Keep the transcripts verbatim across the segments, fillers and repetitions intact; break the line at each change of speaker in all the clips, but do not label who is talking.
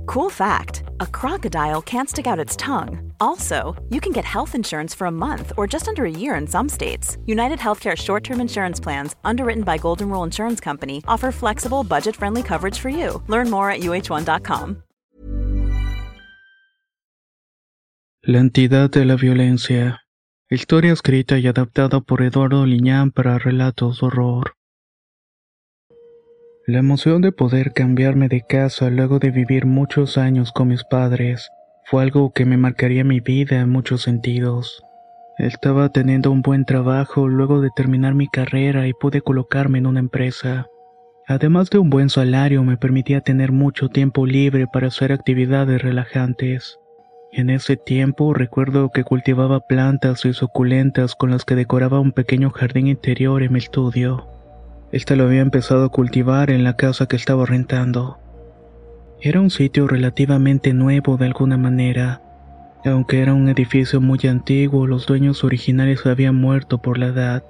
Cool fact, a crocodile can't stick out its tongue. Also, you can get health insurance for a month or just under a year in some states. United Healthcare short-term insurance plans, underwritten by Golden Rule Insurance Company, offer flexible, budget-friendly coverage for you. Learn more at U H one dot com.
La entidad de la violencia. Historia escrita y adaptada por Eduardo Liñán para relatos de horror. La emoción de poder cambiarme de casa luego de vivir muchos años con mis padres fue algo que me marcaría mi vida en muchos sentidos. Estaba teniendo un buen trabajo luego de terminar mi carrera y pude colocarme en una empresa. Además de un buen salario, me permitía tener mucho tiempo libre para hacer actividades relajantes. En ese tiempo recuerdo que cultivaba plantas y suculentas con las que decoraba un pequeño jardín interior en mi estudio. Este lo había empezado a cultivar en la casa que estaba rentando. Era un sitio relativamente nuevo de alguna manera. Aunque era un edificio muy antiguo, los dueños originales habían muerto por la edad.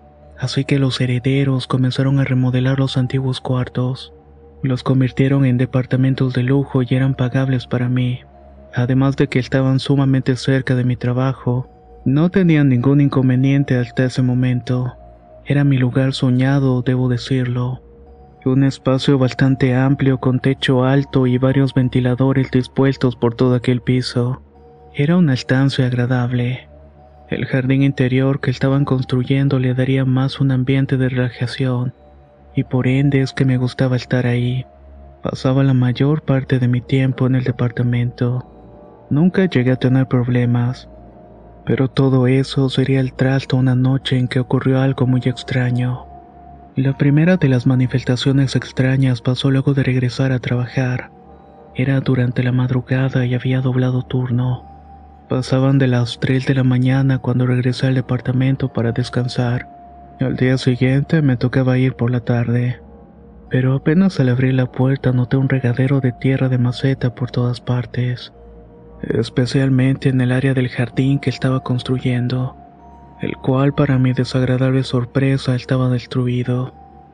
Así que los herederos comenzaron a remodelar los antiguos cuartos. Los convirtieron en departamentos de lujo y eran pagables para mí. Además de que estaban sumamente cerca de mi trabajo, no tenían ningún inconveniente hasta ese momento. Era mi lugar soñado, debo decirlo. Un espacio bastante amplio con techo alto y varios ventiladores dispuestos por todo aquel piso. Era una estancia agradable. El jardín interior que estaban construyendo le daría más un ambiente de relajación, y por ende es que me gustaba estar ahí. Pasaba la mayor parte de mi tiempo en el departamento. Nunca llegué a tener problemas. Pero todo eso sería el trasto una noche en que ocurrió algo muy extraño. La primera de las manifestaciones extrañas pasó luego de regresar a trabajar. Era durante la madrugada y había doblado turno. Pasaban de las tres de la mañana cuando regresé al departamento para descansar. Al día siguiente me tocaba ir por la tarde. Pero apenas al abrir la puerta noté un regadero de tierra de maceta por todas partes. Especialmente en el área del jardín que estaba construyendo, el cual para mi desagradable sorpresa estaba destruido.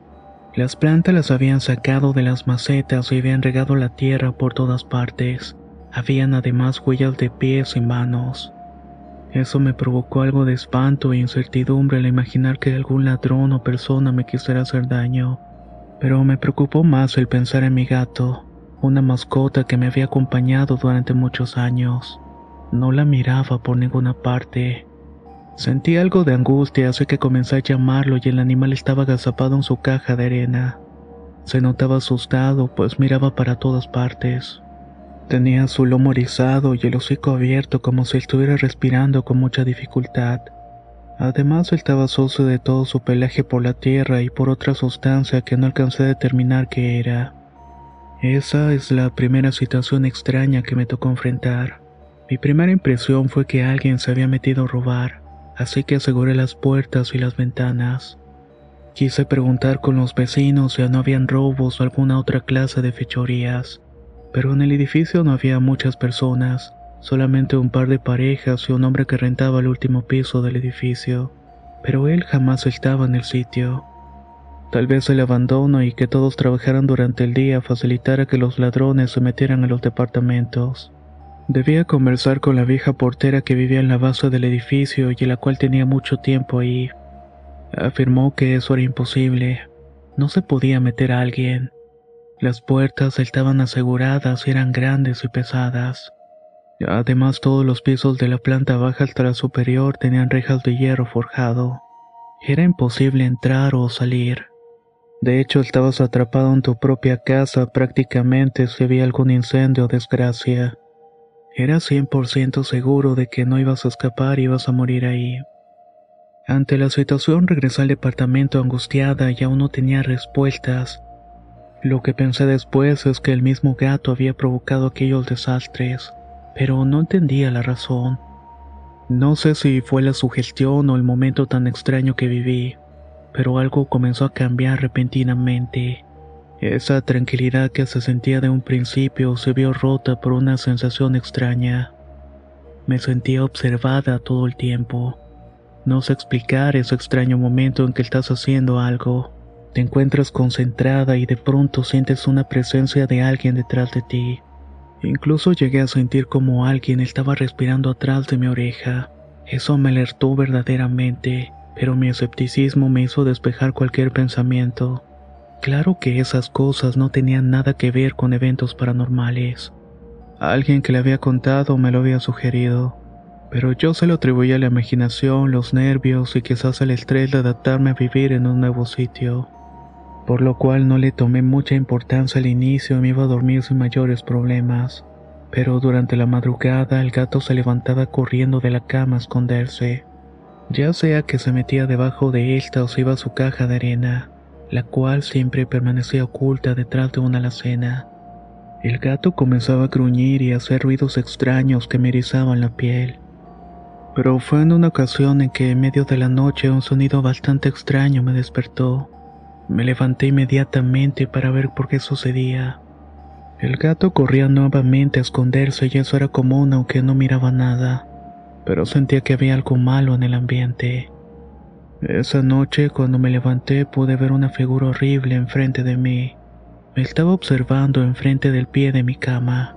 Las plantas las habían sacado de las macetas y habían regado la tierra por todas partes. Habían además huellas de pies y manos. Eso me provocó algo de espanto e incertidumbre al imaginar que algún ladrón o persona me quisiera hacer daño. Pero me preocupó más el pensar en mi gato, una mascota que me había acompañado durante muchos años. No la miraba por ninguna parte. Sentí algo de angustia, así que comencé a llamarlo y el animal estaba agazapado en su caja de arena. Se notaba asustado, pues miraba para todas partes. Tenía su lomo erizado y el hocico abierto como si estuviera respirando con mucha dificultad. Además estaba sucio de todo su pelaje por la tierra y por otra sustancia que no alcancé a determinar qué era. Esa es la primera situación extraña que me tocó enfrentar. Mi primera impresión fue que alguien se había metido a robar, así que aseguré las puertas y las ventanas. Quise preguntar con los vecinos si no habían robos o alguna otra clase de fechorías, pero en el edificio no había muchas personas, solamente un par de parejas y un hombre que rentaba el último piso del edificio, pero él jamás estaba en el sitio. Tal vez el abandono y que todos trabajaran durante el día facilitara que los ladrones se metieran a los departamentos. Debía conversar con la vieja portera que vivía en la base del edificio y la cual tenía mucho tiempo ahí. Afirmó que eso era imposible. No se podía meter a alguien. Las puertas estaban aseguradas y eran grandes y pesadas. Además, todos los pisos de la planta baja hasta la superior tenían rejas de hierro forjado. Era imposible entrar o salir. De hecho, estabas atrapado en tu propia casa prácticamente si había algún incendio o desgracia. Era cien por ciento seguro de que no ibas a escapar y ibas a morir ahí. Ante la situación regresé al departamento angustiada y aún no tenía respuestas. Lo que pensé después es que el mismo gato había provocado aquellos desastres, pero no entendía la razón. No sé si fue la sugestión o el momento tan extraño que viví, pero algo comenzó a cambiar repentinamente. Esa tranquilidad que se sentía de un principio se vio rota por una sensación extraña. Me sentía observada todo el tiempo. No sé explicar ese extraño momento en que estás haciendo algo. Te encuentras concentrada y de pronto sientes una presencia de alguien detrás de ti. Incluso llegué a sentir como alguien estaba respirando atrás de mi oreja. Eso me alertó verdaderamente, pero mi escepticismo me hizo despejar cualquier pensamiento. Claro que esas cosas no tenían nada que ver con eventos paranormales. Alguien que le había contado me lo había sugerido, pero yo se lo atribuía a la imaginación, los nervios y quizás el estrés de adaptarme a vivir en un nuevo sitio. Por lo cual no le tomé mucha importancia al inicio y me iba a dormir sin mayores problemas. Pero durante la madrugada el gato se levantaba corriendo de la cama a esconderse. Ya sea que se metía debajo de esta o se iba a su caja de arena, la cual siempre permanecía oculta detrás de una alacena. El gato comenzaba a gruñir y a hacer ruidos extraños que me erizaban la piel. Pero fue en una ocasión en que en medio de la noche un sonido bastante extraño me despertó. Me levanté inmediatamente para ver por qué sucedía. El gato corría nuevamente a esconderse y eso era común aunque no miraba nada, pero sentía que había algo malo en el ambiente. Esa noche cuando me levanté pude ver una figura horrible enfrente de mí. Me estaba observando enfrente del pie de mi cama.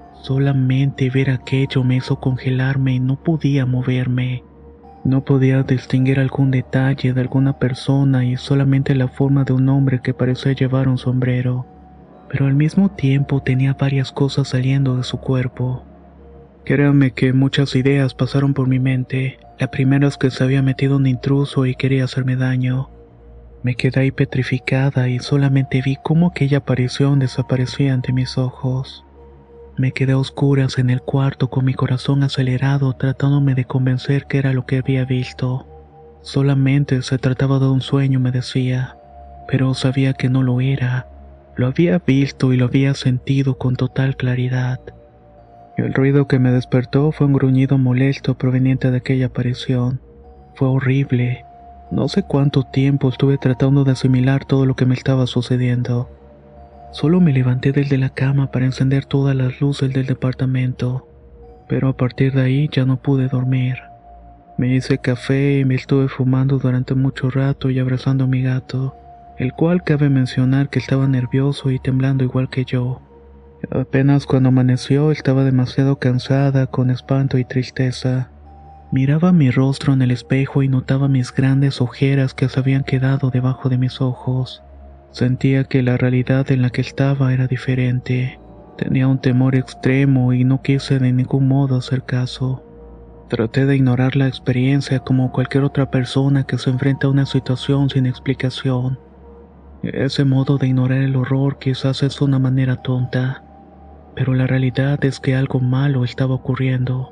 Solamente ver aquello me hizo congelarme y no podía moverme. No podía distinguir algún detalle de alguna persona y solamente la forma de un hombre que parecía llevar un sombrero. Pero al mismo tiempo tenía varias cosas saliendo de su cuerpo. Créanme que muchas ideas pasaron por mi mente. La primera es que se había metido un intruso y quería hacerme daño. Me quedé ahí petrificada y solamente vi cómo aquella aparición desaparecía ante mis ojos. Me quedé a oscuras en el cuarto con mi corazón acelerado tratándome de convencer que era lo que había visto. Solamente se trataba de un sueño, me decía, pero sabía que no lo era. Lo había visto y lo había sentido con total claridad. El ruido que me despertó fue un gruñido molesto proveniente de aquella aparición. Fue horrible. No sé cuánto tiempo estuve tratando de asimilar todo lo que me estaba sucediendo. Solo me levanté desde la cama para encender todas las luces del departamento, pero a partir de ahí ya no pude dormir. Me hice café y me estuve fumando durante mucho rato y abrazando a mi gato, el cual cabe mencionar que estaba nervioso y temblando igual que yo. Apenas cuando amaneció estaba demasiado cansada, con espanto y tristeza. Miraba mi rostro en el espejo y notaba mis grandes ojeras que se habían quedado debajo de mis ojos. Sentía que la realidad en la que estaba era diferente. Tenía un temor extremo y no quise de ningún modo hacer caso. Traté de ignorar la experiencia como cualquier otra persona que se enfrenta a una situación sin explicación. Ese modo de ignorar el horror quizás es una manera tonta, pero la realidad es que algo malo estaba ocurriendo.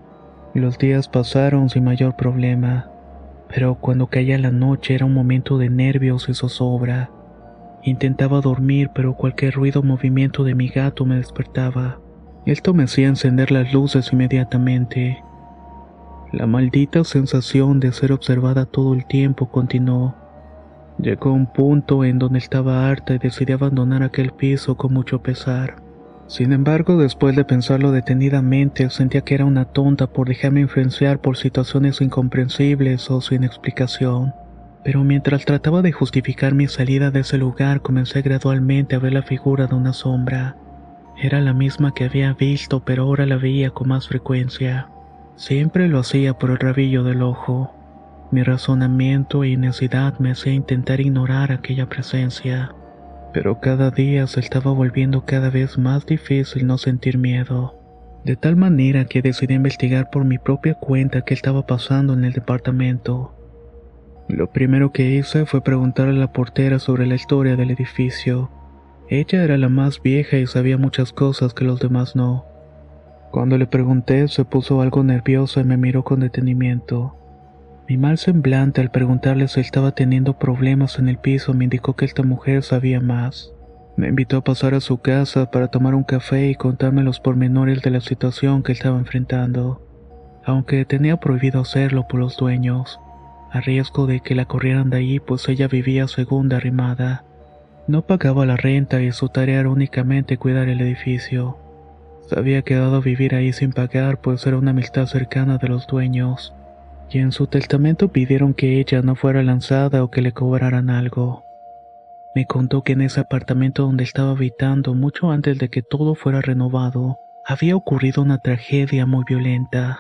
Los días pasaron sin mayor problema, pero cuando caía la noche era un momento de nervios y zozobra. Intentaba dormir, pero cualquier ruido o movimiento de mi gato me despertaba. Esto me hacía encender las luces inmediatamente. La maldita sensación de ser observada todo el tiempo continuó. Llegó a un punto en donde estaba harta y decidí abandonar aquel piso con mucho pesar. Sin embargo, después de pensarlo detenidamente, sentía que era una tonta por dejarme influenciar por situaciones incomprensibles o sin explicación. Pero mientras trataba de justificar mi salida de ese lugar, comencé gradualmente a ver la figura de una sombra. Era la misma que había visto, pero ahora la veía con más frecuencia. Siempre lo hacía por el rabillo del ojo. Mi razonamiento y necesidad me hacía intentar ignorar aquella presencia. Pero cada día se estaba volviendo cada vez más difícil no sentir miedo. De tal manera que decidí investigar por mi propia cuenta qué estaba pasando en el departamento. Lo primero que hice fue preguntar a la portera sobre la historia del edificio. Ella era la más vieja y sabía muchas cosas que los demás no. Cuando le pregunté, se puso algo nerviosa y me miró con detenimiento. Mi mal semblante al preguntarle si estaba teniendo problemas en el piso me indicó que esta mujer sabía más. Me invitó a pasar a su casa para tomar un café y contarme los pormenores de la situación que estaba enfrentando, aunque tenía prohibido hacerlo por los dueños, a riesgo de que la corrieran de ahí pues ella vivía segunda arrimada. No pagaba la renta y su tarea era únicamente cuidar el edificio. Se había quedado a vivir ahí sin pagar pues era una amistad cercana de los dueños, y en su testamento pidieron que ella no fuera lanzada o que le cobraran algo. Me contó que en ese apartamento donde estaba habitando, mucho antes de que todo fuera renovado, había ocurrido una tragedia muy violenta.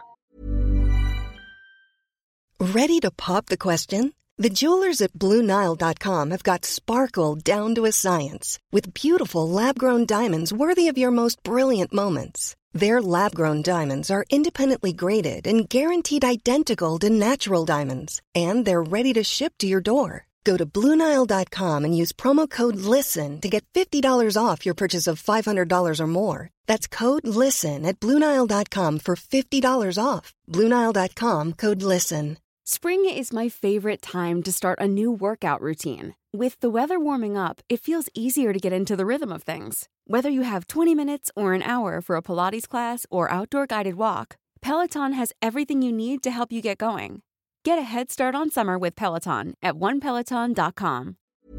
Ready to pop the question? The jewelers at Blue Nile dot com have got sparkle down to a science with beautiful lab-grown diamonds worthy of your most brilliant moments. Their lab-grown diamonds are independently graded and guaranteed identical to natural diamonds, and they're ready to ship to your door. Go to Blue Nile dot com and use promo code LISTEN to get fifty dollars off your purchase of five hundred dollars or more. That's code LISTEN at Blue Nile dot com for fifty dollars off. Blue Nile dot com, code LISTEN.
Spring is my favorite time to start a new workout routine. With the weather warming up, it feels easier to get into the rhythm of things. Whether you have twenty minutes or an hour for a Pilates class or outdoor guided walk, Peloton has everything you need to help you get going. Get a head start on summer with Peloton at one peloton dot com.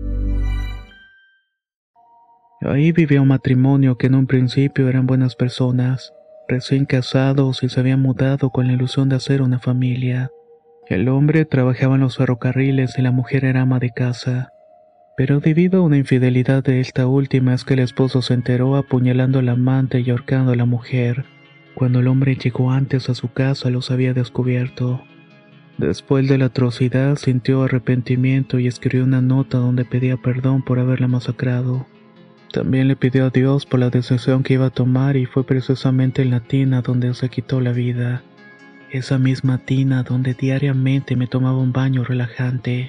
Ahí vivía un matrimonio que en un principio eran buenas personas, recién casados y se habían mudado con la ilusión de hacer una familia. El hombre trabajaba en los ferrocarriles y la mujer era ama de casa. Pero debido a una infidelidad de esta última es que el esposo se enteró apuñalando al amante y ahorcando a la mujer. Cuando el hombre llegó antes a su casa los había descubierto. Después de la atrocidad sintió arrepentimiento y escribió una nota donde pedía perdón por haberla masacrado. También le pidió a Dios por la decisión que iba a tomar y fue precisamente en la tina donde se quitó la vida. Esa misma tina donde diariamente me tomaba un baño relajante.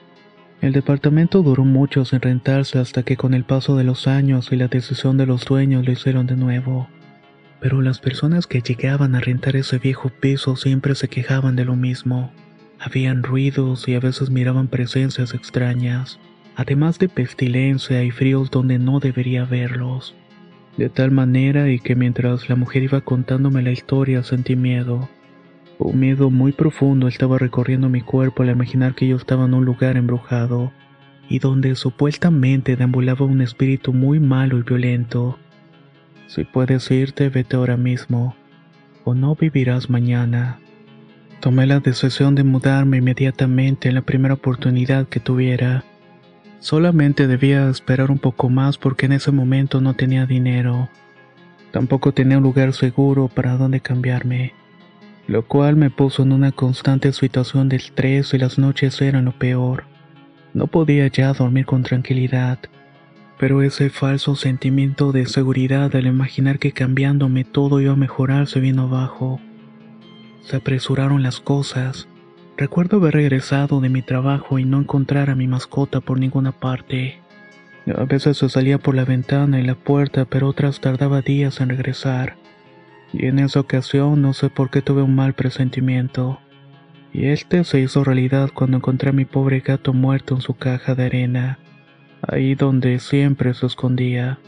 El departamento duró mucho sin rentarse hasta que con el paso de los años y la decisión de los dueños lo hicieron de nuevo. Pero las personas que llegaban a rentar ese viejo piso siempre se quejaban de lo mismo. Habían ruidos y a veces miraban presencias extrañas, además de pestilencia y fríos donde no debería haberlos. De tal manera y que mientras la mujer iba contándome la historia sentí miedo. Un miedo muy profundo estaba recorriendo mi cuerpo al imaginar que yo estaba en un lugar embrujado, y donde supuestamente deambulaba un espíritu muy malo y violento. Si puedes irte, vete ahora mismo, o no vivirás mañana. Tomé la decisión de mudarme inmediatamente en la primera oportunidad que tuviera. Solamente debía esperar un poco más porque en ese momento no tenía dinero. Tampoco tenía un lugar seguro para donde cambiarme, lo cual me puso en una constante situación de estrés y las noches eran lo peor. No podía ya dormir con tranquilidad, pero ese falso sentimiento de seguridad al imaginar que cambiándome todo iba a mejorar se vino abajo. Se apresuraron las cosas. Recuerdo haber regresado de mi trabajo y no encontrar a mi mascota por ninguna parte. A veces se salía por la ventana y la puerta, pero otras tardaba días en regresar. Y en esa ocasión no sé por qué tuve un mal presentimiento. Y este se hizo realidad cuando encontré a mi pobre gato muerto en su caja de arena, ahí donde siempre se escondía.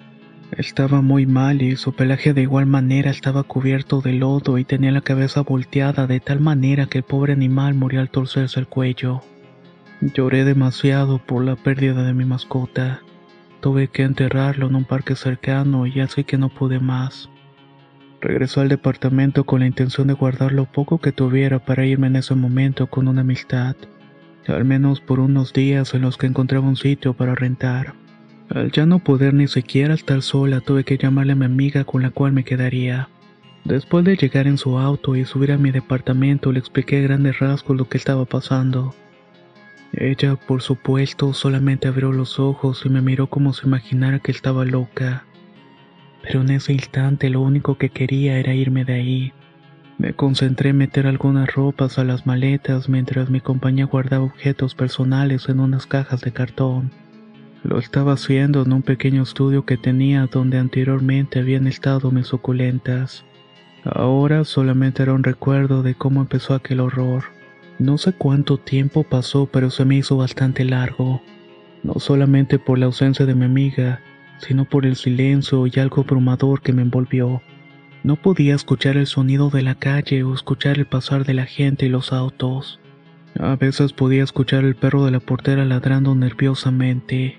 Estaba muy mal y su pelaje de igual manera estaba cubierto de lodo y tenía la cabeza volteada de tal manera que el pobre animal murió al torcerse el cuello. Lloré demasiado por la pérdida de mi mascota. Tuve que enterrarlo en un parque cercano y así que no pude más. Regresó al departamento con la intención de guardar lo poco que tuviera para irme en ese momento con una amistad, al menos por unos días en los que encontraba un sitio para rentar. Al ya no poder ni siquiera estar sola, tuve que llamarle a mi amiga con la cual me quedaría. Después de llegar en su auto y subir a mi departamento, le expliqué a grandes rasgos lo que estaba pasando. Ella, por supuesto, solamente abrió los ojos y me miró como si imaginara que estaba loca. Pero en ese instante lo único que quería era irme de ahí. Me concentré en meter algunas ropas a las maletas mientras mi compañía guardaba objetos personales en unas cajas de cartón. Lo estaba haciendo en un pequeño estudio que tenía donde anteriormente habían estado mis suculentas. Ahora solamente era un recuerdo de cómo empezó aquel horror. No sé cuánto tiempo pasó, pero se me hizo bastante largo. No solamente por la ausencia de mi amiga, sino por el silencio y algo abrumador que me envolvió. No podía escuchar el sonido de la calle o escuchar el pasar de la gente y los autos. A veces podía escuchar el perro de la portera ladrando nerviosamente.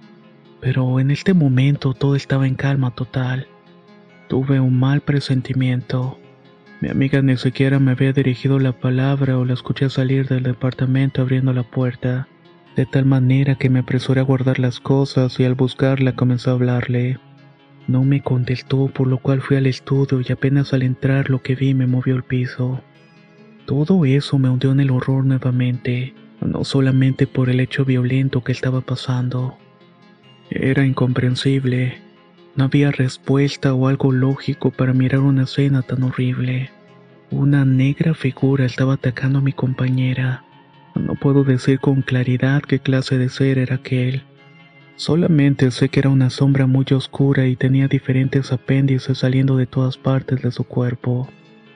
Pero en este momento todo estaba en calma total. Tuve un mal presentimiento. Mi amiga ni siquiera me había dirigido la palabra o la escuché salir del departamento abriendo la puerta. de tal manera que me apresuré a guardar las cosas y al buscarla comencé a hablarle. No me contestó, por lo cual fui al estudio y apenas al entrar lo que vi me movió el piso. Todo eso me hundió en el horror nuevamente, no solamente por el hecho violento que estaba pasando. Era incomprensible. No había respuesta o algo lógico para mirar una escena tan horrible. Una negra figura estaba atacando a mi compañera. No puedo decir con claridad qué clase de ser era aquel. Solamente sé que era una sombra muy oscura y tenía diferentes apéndices saliendo de todas partes de su cuerpo.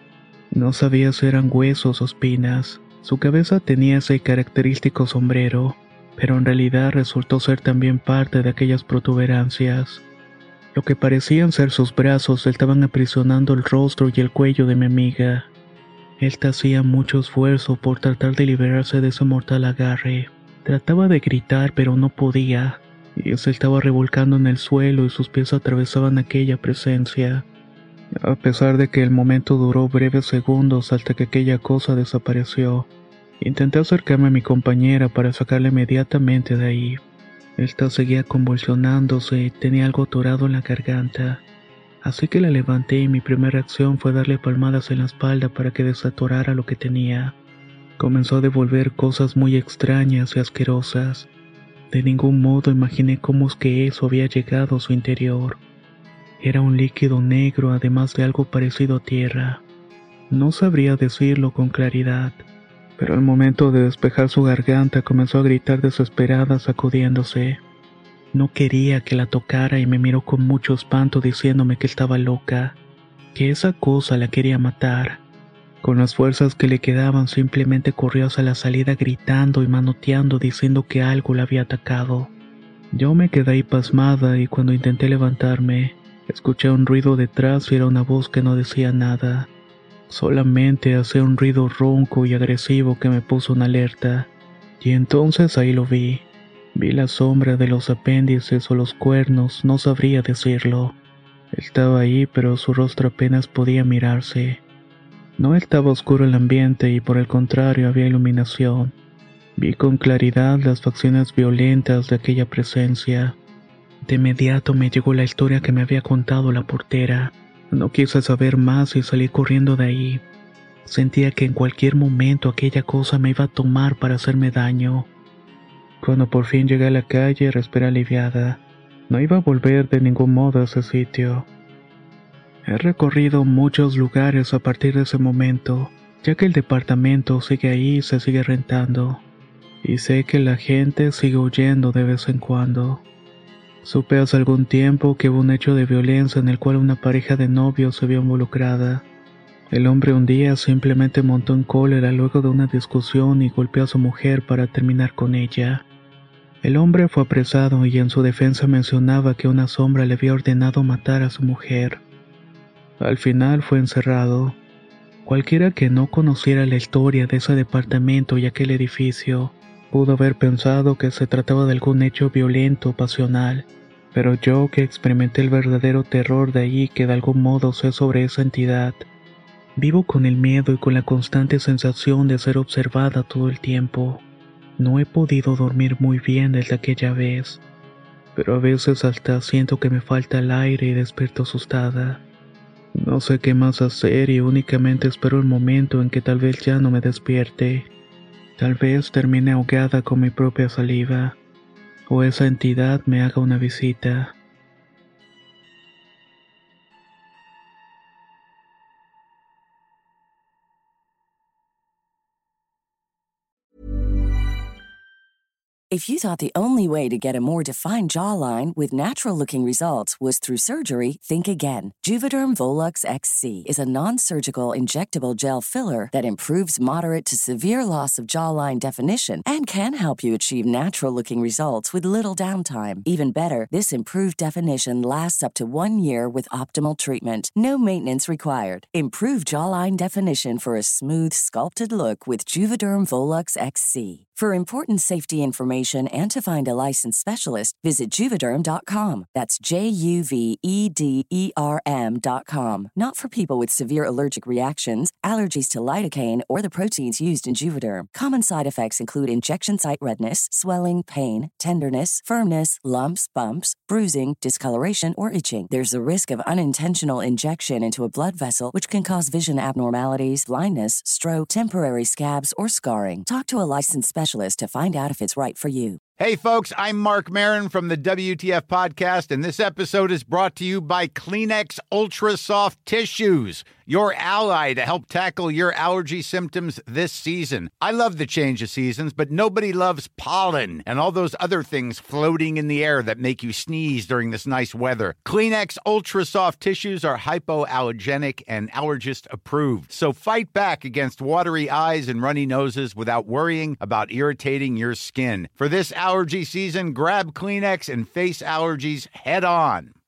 No sabía si eran huesos o espinas. Su cabeza tenía ese característico sombrero, pero en realidad resultó ser también parte de aquellas protuberancias. Lo que parecían ser sus brazos estaban aprisionando el rostro y el cuello de mi amiga. Ésta hacía mucho esfuerzo por tratar de liberarse de ese mortal agarre. Trataba de gritar, pero no podía, y se estaba revolcando en el suelo y sus pies atravesaban aquella presencia. A pesar de que el momento duró breves segundos hasta que aquella cosa desapareció, intenté acercarme a mi compañera para sacarla inmediatamente de ahí. Esta seguía convulsionándose y tenía algo atorado en la garganta. Así que la levanté y mi primera reacción fue darle palmadas en la espalda para que desatorara lo que tenía. Comenzó a devolver cosas muy extrañas y asquerosas. De ningún modo imaginé cómo es que eso había llegado a su interior. Era un líquido negro, además de algo parecido a tierra. No sabría decirlo con claridad, pero al momento de despejar su garganta comenzó a gritar desesperada, sacudiéndose. No quería que la tocara y me miró con mucho espanto diciéndome que estaba loca, que esa cosa la quería matar. Con las fuerzas que le quedaban simplemente corrió hacia la salida gritando y manoteando diciendo que algo la había atacado. Yo me quedé ahí pasmada y cuando intenté levantarme, escuché un ruido detrás y era una voz que no decía nada. Solamente hacía un ruido ronco y agresivo que me puso en alerta. Y entonces ahí lo vi. Vi la sombra de los apéndices o los cuernos, no sabría decirlo. Estaba ahí, pero su rostro apenas podía mirarse. No estaba oscuro el ambiente y por el contrario había iluminación. Vi con claridad las facciones violentas de aquella presencia. De inmediato me llegó la historia que me había contado la portera. No quise saber más y salí corriendo de ahí. Sentía que en cualquier momento aquella cosa me iba a tomar para hacerme daño. Cuando por fin llegué a la calle, respiré aliviada. No iba a volver de ningún modo a ese sitio. He recorrido muchos lugares a partir de ese momento, ya que el departamento sigue ahí y se sigue rentando. Y sé que la gente sigue huyendo de vez en cuando. Supe hace algún tiempo que hubo un hecho de violencia en el cual una pareja de novios se vio involucrada. El hombre un día simplemente montó en cólera luego de una discusión y golpeó a su mujer para terminar con ella. El hombre fue apresado y en su defensa mencionaba que una sombra le había ordenado matar a su mujer. Al final fue encerrado. Cualquiera que no conociera la historia de ese departamento y aquel edificio pudo haber pensado que se trataba de algún hecho violento o pasional, pero yo que experimenté el verdadero terror de ahí que de algún modo sé sobre esa entidad, vivo con el miedo y con la constante sensación de ser observada todo el tiempo. No he podido dormir muy bien desde aquella vez, pero a veces hasta siento que me falta el aire y despierto asustada. No sé qué más hacer y únicamente espero el momento en que tal vez ya no me despierte. Tal vez termine ahogada con mi propia saliva, o esa entidad me haga una visita.
If you thought the only way to get a more defined jawline with natural-looking results was through surgery, think again. Juvederm Volux X C is a non-surgical injectable gel filler that improves moderate to severe loss of jawline definition and can help you achieve natural-looking results with little downtime. Even better, this improved definition lasts up to one year with optimal treatment. No maintenance required. Improve jawline definition for a smooth, sculpted look with Juvederm Volux X C. For important safety information and to find a licensed specialist, visit Juvederm dot com. That's J U V E D E R M dot com. Not for people with severe allergic reactions, allergies to lidocaine, or the proteins used in Juvederm. Common side effects include injection site redness, swelling, pain, tenderness, firmness, lumps, bumps, bruising, discoloration, or itching. There's a risk of unintentional injection into a blood vessel, which can cause vision abnormalities, blindness, stroke, temporary scabs, or scarring. Talk to a licensed specialist to find out if it's right for you.
Hey, folks, I'm Mark Maron from the W T F Podcast, and this episode is brought to you by Kleenex Ultra Soft Tissues, your ally to help tackle your allergy symptoms this season. I love the change of seasons, but nobody loves pollen and all those other things floating in the air that make you sneeze during this nice weather. Kleenex Ultra Soft Tissues are hypoallergenic and allergist approved, so fight back against watery eyes and runny noses without worrying about irritating your skin. For this allergy season, grab Kleenex and face allergies head on.